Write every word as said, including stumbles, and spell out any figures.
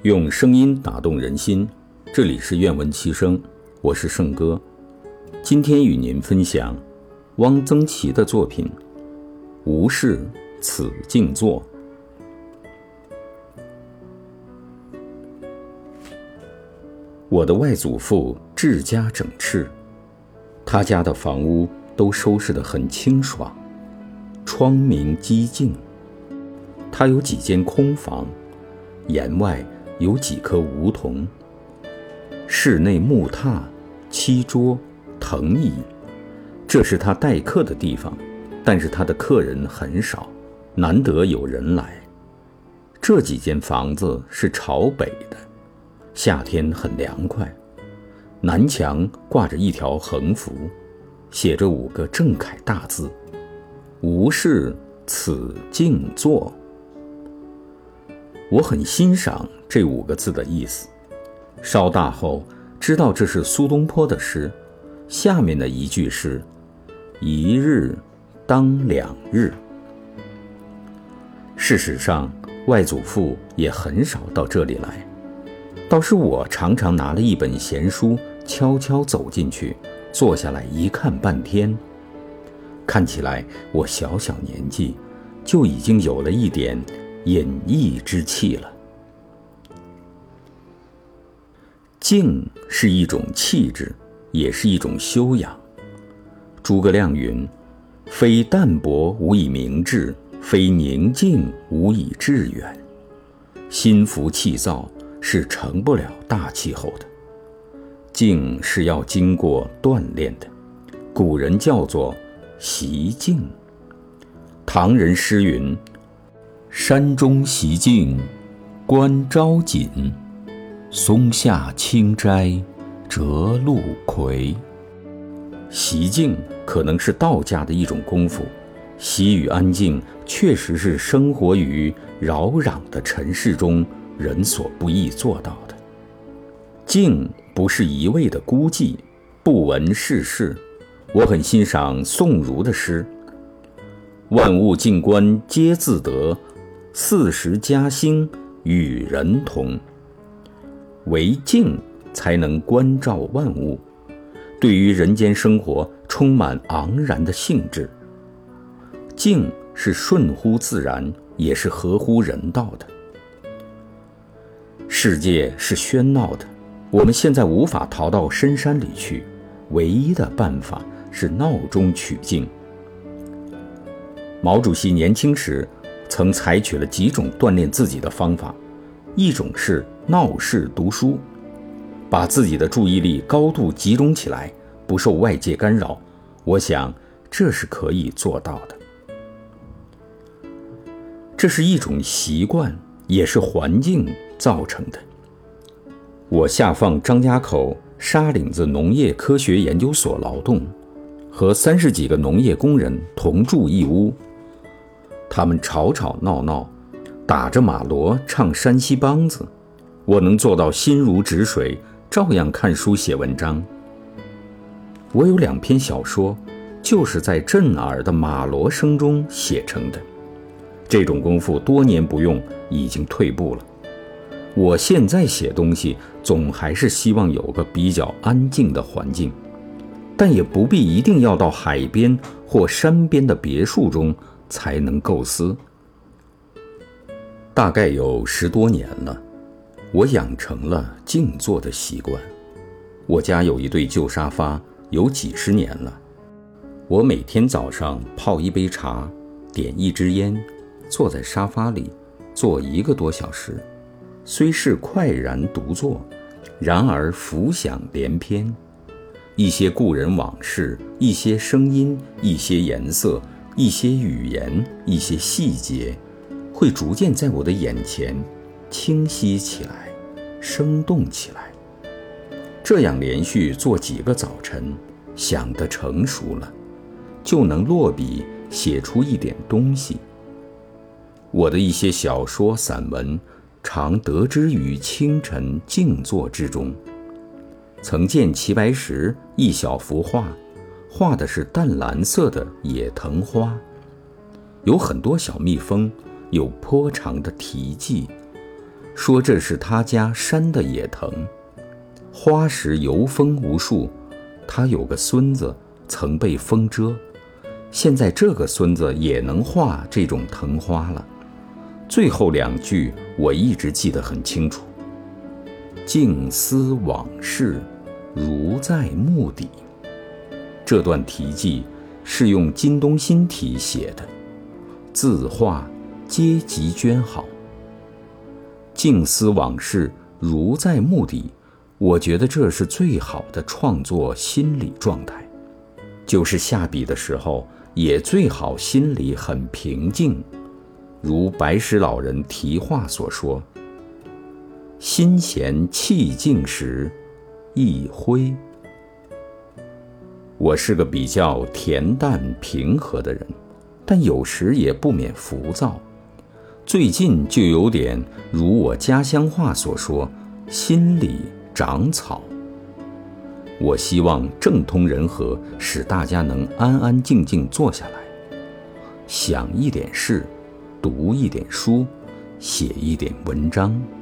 用声音打动人心，这里是愿闻其声，我是圣哥。今天与您分享汪曾祺的作品《无事此静坐》。我的外祖父治家整饬，他家的房屋都收拾得很清爽，窗明几净。他有几间空房，檐外有几棵梧桐，室内木榻、漆桌、藤椅，这是他待客的地方，但是他的客人很少，难得有人来。这几间房子是朝北的，夏天很凉快，南墙挂着一条横幅，写着五个正楷大字：无事此静坐。我很欣赏这五个字的意思，稍大后知道这是苏东坡的诗，下面的一句是一日当两日。事实上，外祖父也很少到这里来，倒是我常常拿了一本闲书，悄悄走进去，坐下来一看半天。看起来我小小年纪就已经有了一点隐逸之气了。静是一种气质，也是一种修养。诸葛亮云：非淡泊无以明志，非宁静无以致远。心浮气躁是成不了大气候的，静是要经过锻炼的，古人叫做习静。唐人诗云：山中习静观朝锦，松下清斋折露葵。习静可能是道家的一种功夫，习与安静确实是生活于扰攘的尘世中人所不易做到的。静不是一味的孤寂，不闻世事。我很欣赏宋儒的诗：万物静观皆自得，四时佳兴与人同。唯静才能观照万物，对于人间生活充满昂然的兴致。静是顺乎自然，也是合乎人道的。世界是喧闹的，我们现在无法逃到深山里去，唯一的办法是闹中取静。毛主席年轻时曾采取了几种锻炼自己的方法，一种是闹市读书，把自己的注意力高度集中起来，不受外界干扰，我想这是可以做到的。这是一种习惯，也是环境造成的。我下放张家口沙岭子农业科学研究所劳动，和三十几个农业工人同住一屋，他们吵吵闹闹，打着马螺唱山西梆子，我能做到心如止水，照样看书写文章。我有两篇小说，就是在震耳的马螺声中写成的。这种功夫多年不用，已经退步了。我现在写东西，总还是希望有个比较安静的环境，但也不必一定要到海边或山边的别墅中才能构思。大概有十多年了，我养成了静坐的习惯。我家有一对旧沙发，有几十年了。我每天早上泡一杯茶，点一支烟，坐在沙发里坐一个多小时，虽是快然独坐，然而浮想联翩。一些故人往事，一些声音，一些颜色，一些语言，一些细节，会逐渐在我的眼前清晰起来，生动起来。这样连续做几个早晨，想得成熟了，就能落笔写出一点东西。我的一些小说散文常得之于清晨静坐之中。曾见齐白石一小幅画，画的是淡蓝色的野藤花，有很多小蜜蜂，有颇长的题记， 说这是他家山的野藤，花时游风无数。他有个孙子曾被风蛰，现在这个孙子也能画这种藤花了。最后两句我一直记得很清楚，静思往事，如在目底。这段题记是用金东新体写的，字画皆极娟好。静思往事，如在目底，我觉得这是最好的创作心理状态，就是下笔的时候也最好心里很平静，如白石老人题画所说，心闲气静时一挥。我是个比较恬淡平和的人，但有时也不免浮躁，最近就有点如我家乡话所说，心里长草。我希望政通人和，使大家能安安静静坐下来，想一点事，读一点书，写一点文章。